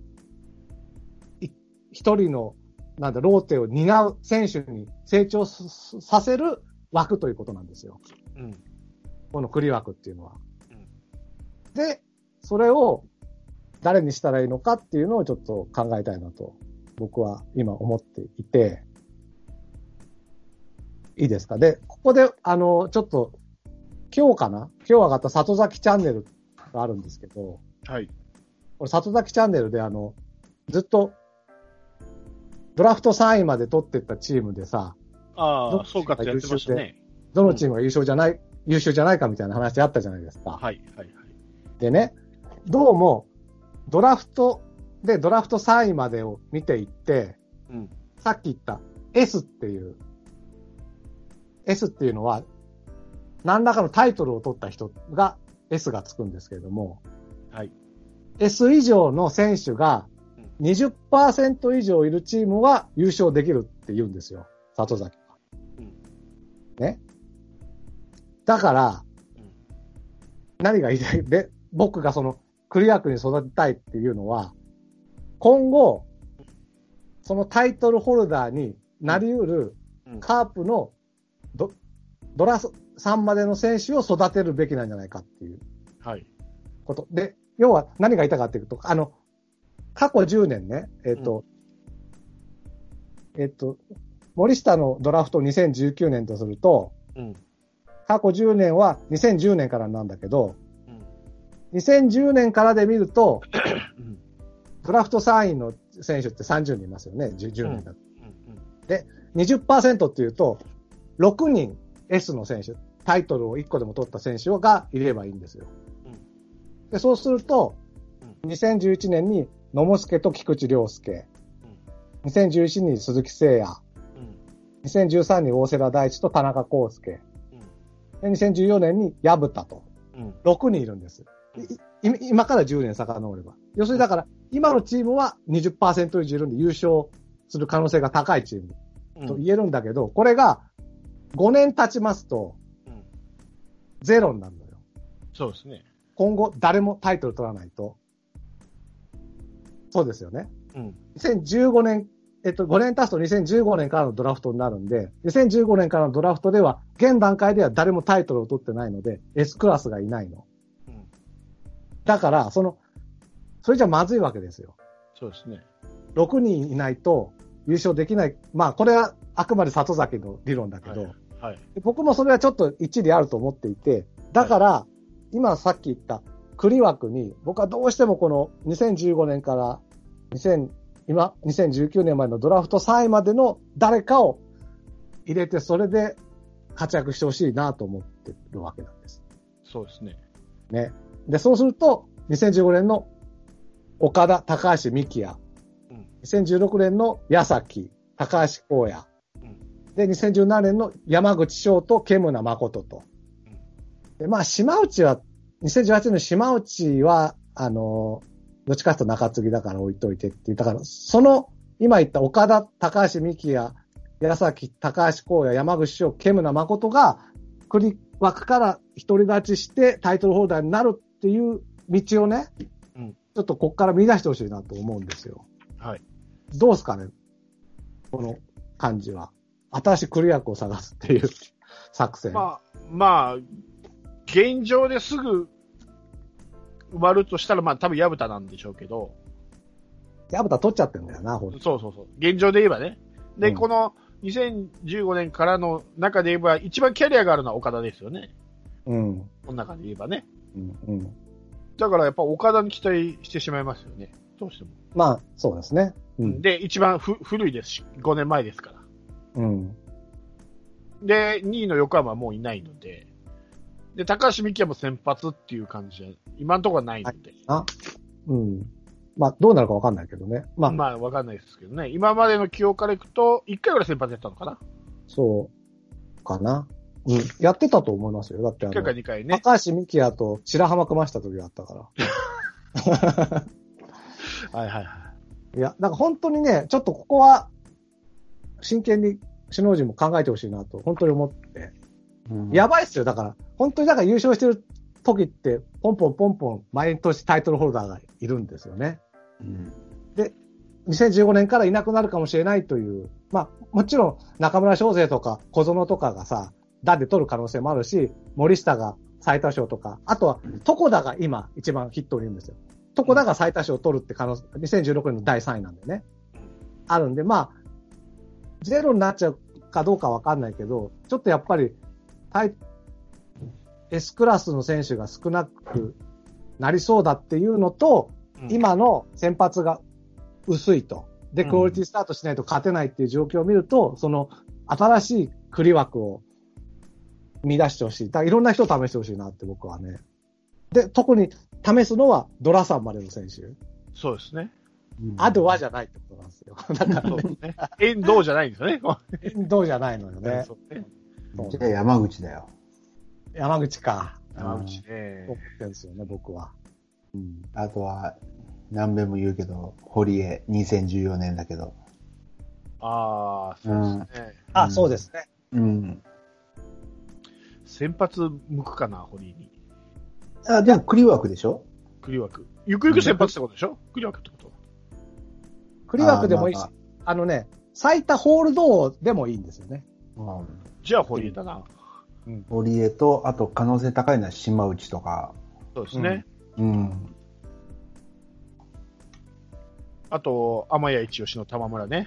一人の、なんだ、ローテを担う選手に成長させる枠ということなんですよ。うん。この栗枠っていうのは。うん。で、それを、 誰にしたらいいのかっていうのをちょっと考えたいなと、僕は今思っていて、いいですか。で、ここで、あの、ちょっと、今日かな今日上がった里崎チャンネルがあるんですけど、 はい。 これ里崎チャンネルであの、ずっと、ドラフトさんいまで取ってったチームでさ、 ああ、そうかってやってましたね。 どのチームが優勝じゃない、うん、優秀じゃないかみたいな話あったじゃないですか。 はい、はい、はい。 でね、どうも、ドラフトでドラフトさんいまでを見ていって、うん、さっき言った S っていう、S っていうのは、何らかのタイトルを取った人が S がつくんですけれども、はい。S 以上の選手が にじゅっパーセント 以上いるチームは優勝できるって言うんですよ、里崎は。うん、ね。だから、うん、何が言いたいで、僕がそのクリアクに育てたいっていうのは、今後、そのタイトルホルダーになり得るカープのド、ドラさんまでの選手を育てるべきなんじゃないかっていうこと。はい、で、要は何が言いたかっていうと、あの、過去じゅうねんね、えっ、ー、と、うん、えっ、ー、と、森下のドラフトにせんじゅうきゅうねんとすると、うん、過去じゅうねんはにせんじゅうねんからなんだけど、うん、にせんじゅうねんからで見ると、うん、ドラフトさんいの選手ってさんじゅうにんいますよね、じゅうねんだと。うんうんうん、で、にじゅっパーセント っていうと、ろくにん S の選手、タイトルをいっこでも取った選手がいればいいんですよ。うん、でそうすると、うん、にせんじゅういちねんに野茂助と菊池涼介、うん、にせんじゅういちねんに鈴木誠也、うん、にせんじゅうさんねんに大瀬良大地と田中康介、うん、でにせんじゅうよねんに薮田と、うん、ろくにんいるんです。今からじゅうねん遡れば。要するにだから、今のチームは にじゅっパーセント 以上いるんで優勝する可能性が高いチームと言えるんだけど、うん、これがごねん経ちますと、ゼロになるのよ。 そうですね。 今後誰もタイトル取らないと。そうですよね。うん。にせんじゅうごねん、えっと、ごねん経つとにせんじゅうごねんからのドラフトになるんで、にせんじゅうごねんからのドラフトでは、現段階では誰もタイトルを取ってないので、S クラスがいないの。うん。だから、その、それじゃまずいわけですよ。 そうですね。 ろくにんいないと優勝できない。まあ、これはあくまで里崎の理論だけど、はいはい、僕もそれはちょっと一理あると思っていて、だから、はい、今さっき言った栗枠に、僕はどうしてもこのにせんじゅうごねんからにせん今、にせんじゅうきゅうねんまでのドラフトさんいまでの誰かを入れて、それで活躍してほしいなと思ってるわけなんです。 そうですね。 ね。で、そうすると、にせんじゅうごねんの岡田、高橋美希也、うん、にせんじゅうろくねんの矢崎、高橋光也、うん、で、にせんじゅうななねんの山口翔と煙村誠と。うん、で、まあ、島内は、にせんじゅうはちねんの島内は、あの、どっちかというと中継ぎだから置いといてっていう。だから、その、今言った岡田、高橋美希也、矢崎、高橋光也、山口翔、煙村誠が、栗枠から独り立ちしてタイトルホルダーになるっていう道をね、うん、ちょっとこっから見出してほしいなと思うんですよ。はい。どうですかねこの感じは。新しい栗枠を探すっていう作戦。 まあ、まあ、現状ですぐ埋まるとしたら、まあ多分矢蓋なんでしょうけど。 矢蓋取っちゃってんだよな、 ほんと。そうそうそう。現状で言えばね。で、うん、このにせんじゅうごねんからの中で言えば、一番キャリアがあるのは岡田ですよね。うん。この中で言えばね。うんうん。だからやっぱ岡田に期待してしまいますよね。どうしても。 まあ、そうですね。 うん、で、一番ふ古いですし、ごねんまえですから。うん。で、にいの横浜はもういないので、で、高橋美希はもう先発っていう感じで、今のところはないので。 あ、うん。まあ、どうなるかわかんないけどね。 まあ、まあ、わかんないですけどね。今までの起用からいくと、いっかいぐらい先発やったのかな？ そうかな。うん。やってたと思いますよ。だってあの、いっかいかにかいね。高橋美希也と白浜組ました時があったから。 はいはいはい。 いや、なんか本当にね、ちょっとここは、真剣に首脳陣も考えてほしいなと、本当に思って。うん、やばいっすよ。だから、本当にだから優勝してる時って、ポンポンポンポン、毎年タイトルホルダーがいるんですよね。うん、で、にせんじゅうごねんからいなくなるかもしれないという、まあ、もちろん中村翔成とか小園とかがさ、打で取る可能性もあるし、森下が最多勝とか、あとは床田が今一番ヒットにいるんですよ。 床田が最多勝を取るって可能性、にせんじゅうろくねんのだいさんいなんでね。あるんで、まあ、ゼロになっちゃうかどうかわかんないけど、ちょっとやっぱり、S クラスの選手が少なくなりそうだっていうのと、うん、今の先発が薄いと。で、クオリティスタートしないと勝てないっていう状況を見ると、うん、その、新しい繰り枠を見出してほしい。だからいろんな人を試してほしいなって僕はね。で、特に試すのはドラさんまでの選手。 そうですね。 アドはじゃないってことなんですよ。だからね。 ね遠藤じゃないんですよね。 遠藤じゃないのよね。 そうねじゃあ山口だよ。 山口か。 山口ね。 思ってんですよね、僕は。 うん。あとは、何遍も言うけど、堀江、にせんじゅうよねんだけど。 ああ、そうですね。 うん、あ、そうですね。 うん。 先発向くかな、堀江に。 あ、でも栗枠でしょ栗枠。ゆくゆく先発ってことでしょ、うん、栗枠ってこと。 栗枠でもいいし、あ,、まあ、あのね、最多ホールドでもいいんですよね。 うん、 じゃあ堀江だな。 うん、堀江と、あと可能性高いのは島内とか。 そうですね。 うん。うん、 あと、天谷一吉の玉村ね。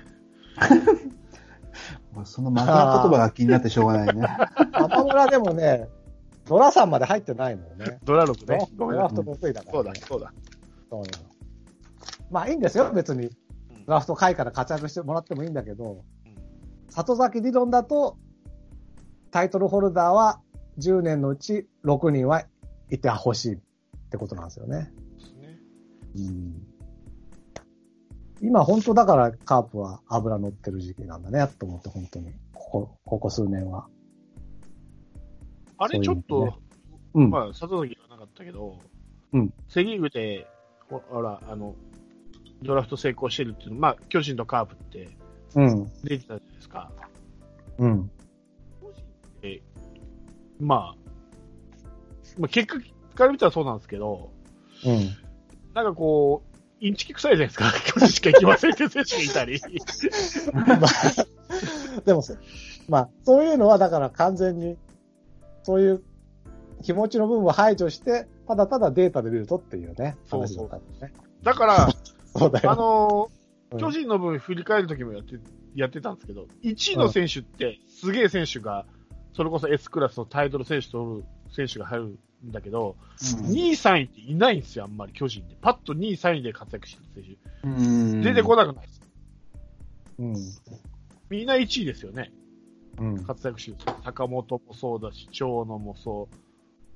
そのまた言葉が気になってしょうがないね。 玉村でもね、ドラさんまで入ってないのよね。 ドラろくね。 ドラフト得意だから、ね。 そうだ、そうだ。 そうなの。まあいいんですよ、別に。ドラフト下位から活躍してもらってもいいんだけど、うん、里崎理論だと、タイトルホルダーはじゅうねんのうちろくにんはいてほしいってことなんですよね。ですね。うん、今本当だからカープは油乗ってる時期なんだねと思って本当にここここ数年は。 あれちょっと、うね、まあ里崎はなかったけど、うん、セリーグでほらあのドラフト成功してるっていうのまあ巨人とカープって出てたじゃないですか。 うん。 えまあ、まあ、結果から見たらそうなんですけど、うん、なんかこう、インチキ臭いじゃないですか。巨人しか行きませんって選手がいたり。 まあ、でも、まあ、そういうのはだから完全に、そういう気持ちの部分を排除して、ただただデータで見るとっていうね。 そうそう。ね、だから、そうだよあのー、巨人の分振り返るときもやって、やってたんですけど、いちいの選手って、すげえ選手が、それこそ S クラスのタイトル選手取る選手が入るんだけど、うん、にい、さんいっていないんですよ、あんまり巨人で。パッとにい、さんいで活躍してる選手。うん出てこなくないです。うん、みんないちいですよね。うん、活躍してる。坂本もそうだし、長野もそう、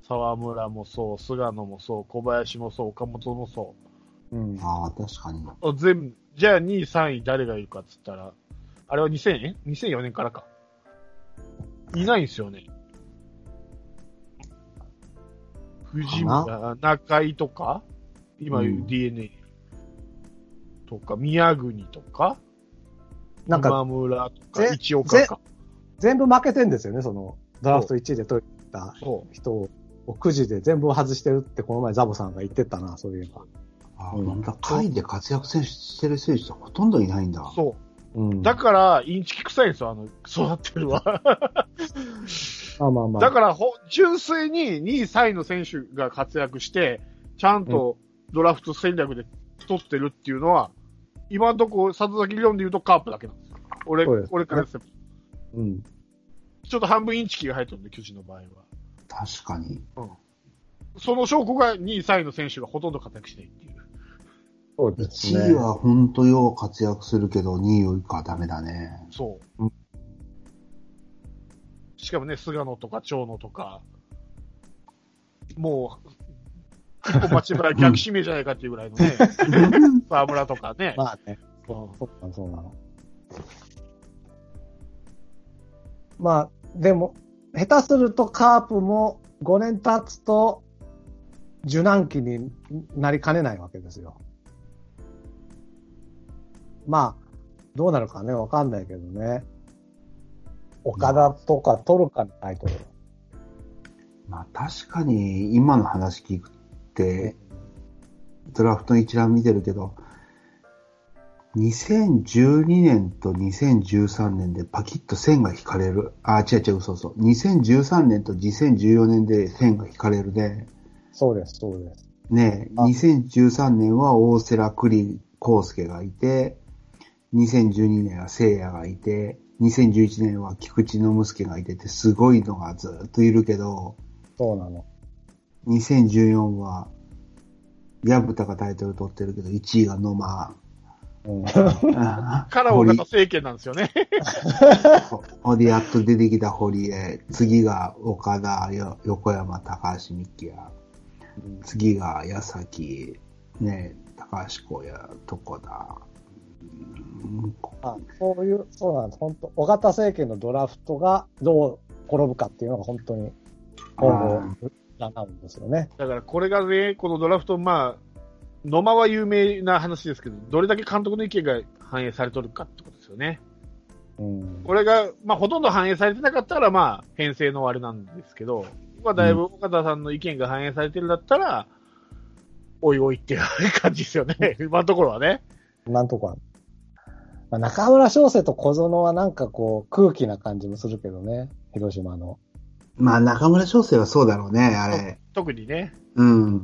沢村もそう、菅野もそう、小林もそう、岡本もそう。 うん、ああ、確かに。 全部、じゃあにい、さんい誰がいるかっつったら、あれはにせんねん ?にせんよねんからか。いないんですよね。藤村、中井とか、今言う ディーエヌエー とか、うん、宮国とか、なんか今村とか、一岡か。 全部負けてんですよね、その、ドラフトいちいで取った人をくじで全部外してるってこの前ザボさんが言ってたな、そういえば。 ああ、うん、なんだ、下位で活躍してる選手ってほとんどいないんだ。 そう。うん、だから、インチキ臭いんですよ、あの、育ってるわ。 まあまあまあ。 だから、ほ、純粋ににい、さんいの選手が活躍して、ちゃんとドラフト戦略で取ってるっていうのは、うん、今のところ、里崎理論で言うとカープだけなんですよ。俺、俺からですよ。うん。ちょっと半分インチキが入ってるんで、巨人の場合は。 確かに。 うん。その証拠がにい、さんいの選手がほとんど活躍しないっていう。 そうですね。 いちいは本当よう活躍するけど、にいよりかはダメだね。 そう。うん、しかもね、菅野とか長野とか、もう、一歩間違い逆指名じゃないかっていうぐらいのね、沢村とかね。 まあね。そう、そうなの、そうなの。まあ、でも、下手するとカープもごねん経つと、受難期になりかねないわけですよ。まあ、どうなるかね、わかんないけどね。岡田とか取るかタイトル。 まあ確かに今の話聞くって、ドラフトの一覧見てるけど、にせんじゅうにねんとにせんじゅうさんねんでパキッと線が引かれる。あ、違う違う、そうそう。にせんじゅうさんねんとにせんじゅうよねんで線が引かれるで。 そうです、そうです。 ね、にせんじゅうさんねんは大瀬良栗康介がいて、にせんじゅうにねんは聖夜がいて、にせんじゅういちねんは菊池信介がいてってすごいのがずっといるけど、 そうなの。 にせんじゅうよんは、薮田がタイトル取ってるけど、いちいが野間。 うん、 から岡田政権なんですよね。 ほで、やっと出てきた堀江。次が岡田、横山、高橋美希や。うん、次が矢崎、ね、高橋光也、床田。 あ、そういう、そうなんです。本当、尾形政権のドラフトがどう転ぶかっていうのが本当に今後占うんですよね。 だからこれがね、このドラフト、まあ、野間は有名な話ですけど、どれだけ監督の意見が反映されとるかってことですよね。うん、これが、まあ、ほとんど反映されてなかったら、まあ、編成のあれなんですけど、まあ、だいぶ岡田さんの意見が反映されてるんだったら、うん、おいおいっていう感じですよね。今のところはね。 今のところは。まあ、中村翔成と小園はなんかこう空気な感じもするけどね、広島の。 まあ中村翔成はそうだろうね、あれ。 特にね。 うん。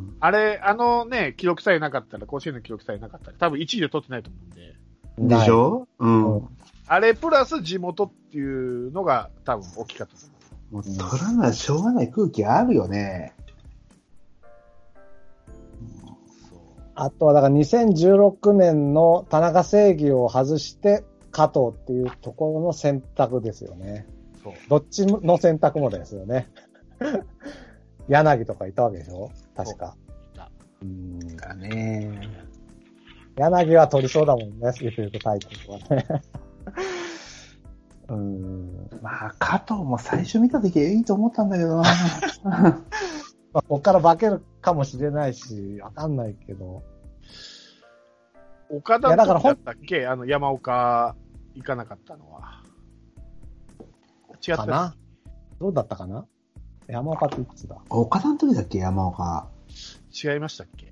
あれ、あのね、記録さえなかったら、甲子園の記録さえなかったら、多分いちいで取ってないと思うんで。でしょ、うん、 うん。あれプラス地元っていうのが多分大きかったと思う。もう取らない、しょうがない空気あるよね。 あとはだからにせんじゅうろくねんの田中正義を外して加藤っていうところの選択ですよね。そう。どっちの選択もですよね。柳とかいたわけでしょ確か。いた。うーん。だね。柳は取りそうだもんね、ゆくゆくタイトルとかね。 うーん。まあ、加藤も最初見たときいいと思ったんだけどな。 まあ、ここから化けるかもしれないし、わかんないけど。 岡田だったっけあの、山岡行かなかったのは。違ったかなどうだったかな山岡っていつだ岡田の時だっけ山岡。 違いましたっけ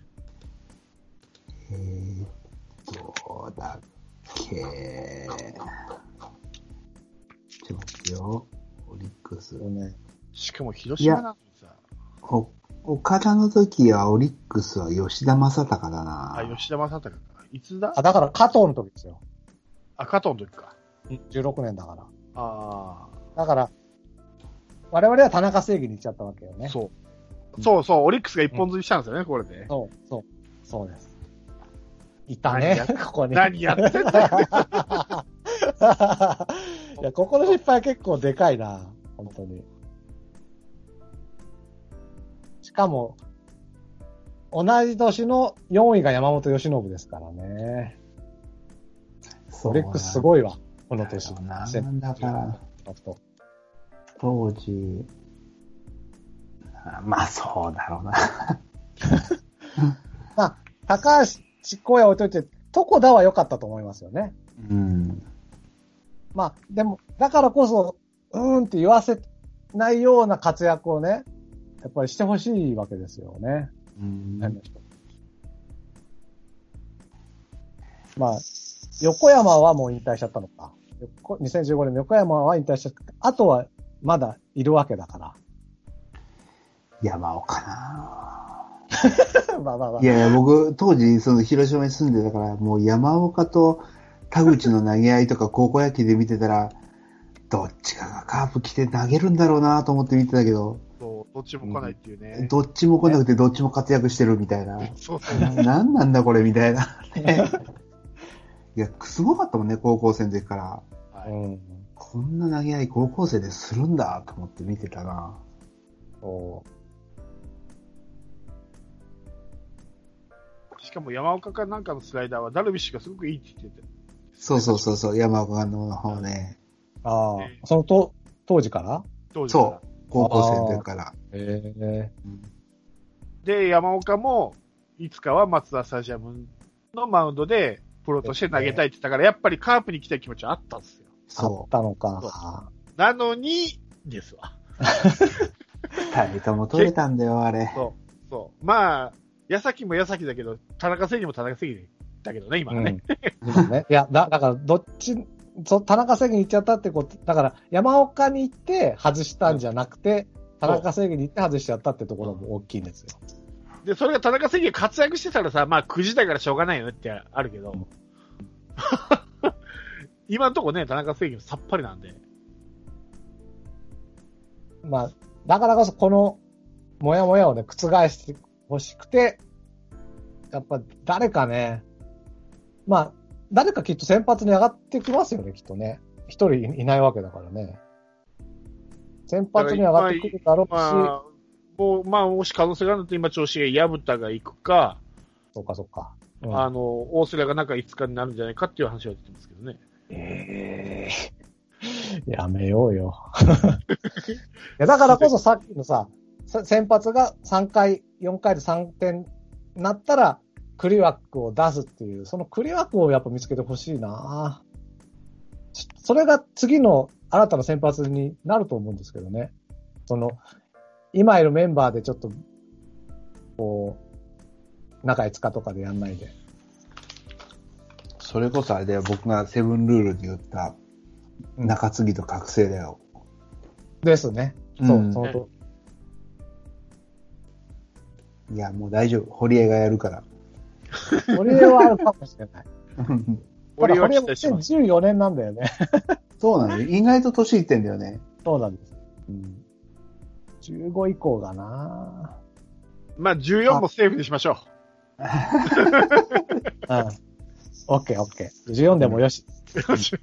えー、どうだっけちょっと待ってよ。オリックス。ね、 しかも広島なんですさ。 岡田の時はオリックスは吉田正尚だな。 あ、吉田正尚か。いつだあ、だから加藤の時ですよ。 あ、加藤の時か。 じゅうろくねんだから。 ああ。 だから、我々は田中正義に行っちゃったわけよね。 そう。そうそう、オリックスが一本釣りしたんですよね、うん、これで。 そう、そう、そうです。いたね、ここに。 何やってんだよ。 いや、ここの失敗は結構でかいな、本当に。しかも、同じ年のよんいが山本由伸ですからね。オリックスすごいわ、この年。 なんだから、当時、まあそうだろうな。 まあ、高橋光也置いといて、床田は良かったと思いますよね。 うん。 まあ、でも、だからこそ、うーんって言わせないような活躍をね、やっぱりしてほしいわけですよね。 うん。 まあ、横山はもう引退しちゃったのか。にせんじゅうごねんの横山は引退しちゃった。あとはまだいるわけだから。 山岡なまあまあまあ。 いやいや、僕、当時、その広島に住んでたから、もう山岡と田口の投げ合いとか高校野球で見てたら、どっちかがカープ来て投げるんだろうなと思って見てたけど。 そう、どっちも来ないっていうね。 どっちも来なくてどっちも活躍してるみたいな。 そうそう。 なんなんだこれみたいな。いや、すごかったもんね、高校生の時から。 はい、うん、 こんな投げ合い高校生でするんだと思って見てたな。 そうしかも山岡かなんかのスライダーはダルビッシュがすごくいいって言ってて。 そうそうそうそう、山岡の方ね。 ああ、えー、そのと当時から当時からそう、高校生の時から。 ええー、で、山岡もいつかはマツダスタジアムのマウンドでプロとして投げたいって言ったから、やっぱりカープに来たい気持ちはあったんですよ。 そう。あったのか。 なのに、ですわ。 二人とも取れたんだよ、あれ。 そう。そう。まあ、矢崎も矢崎だけど、田中正義も田中正義だけどね、今はね。 うん、今ね。いや、だ、だから、どっち、そ田中正義に行っちゃったってこと、だから、山岡に行って外したんじゃなくて、うん、田中正義に行って外しちゃったってところも大きいんですよ。 で、それが田中正義が活躍してたらさ、まあくじだからしょうがないよねってあるけど、うん、今んとこね、田中正義もさっぱりなんで。 まあ、だからこそこの、もやもやをね、覆してほしくて、やっぱ誰かね、まあ、誰かきっと先発に上がってきますよね、きっとね。一人いないわけだからね。先発に上がってくるだろうし、まあ、 もう、まあ、もし可能性があると今調子が薮田が行くか、 そうかそうか。 うん、あの、大瀬良が中いつかになるんじゃないかっていう話は出てますけどね。 ええー、やめようよ。いやだからこそさっきのさ、先発がさんかい、よんかいでさんてんになったら、クリ枠を出すっていう、そのクリ枠をやっぱ見つけてほしいな。それが次の新たな先発になると思うんですけどね。その、今いるメンバーでちょっと、こう、中いつかとかでやんないで。 それこそあれだよ、僕がセブンルールで言った、中継ぎと覚醒だよ。 ですね。そう、うん、そのと。 いや、もう大丈夫。堀江がやるから。 堀江はあるかもしれない。 堀江はにせんじゅうよねんなんだよね。 そうなんだよ。意外と年いってんだよね。 そうなんです。うん、じゅうご以降がな。 まあ、じゅうよんもセーフにしましょう。うん。 オッケーオッケー。じゅうよんでもよし。よし。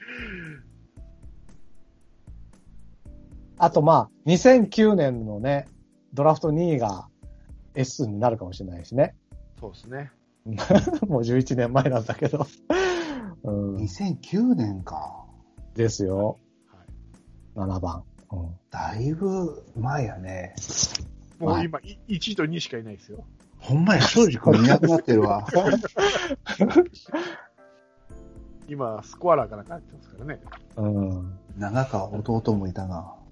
あとまあ、にせんきゅうねんのね、ドラフトにいが S になるかもしれないしね。 そうですね。 もうじゅういちねんまえなんだけど。 うん、にせんきゅうねんか。 ですよ。はい、ななばん、うん。 だいぶ前やね。 もう今、いちいとにしかいないですよ。 ほんまや、正直これいなくなってるわ。 今、スコアラーから帰ってますからね。 うん。長川弟もいたな。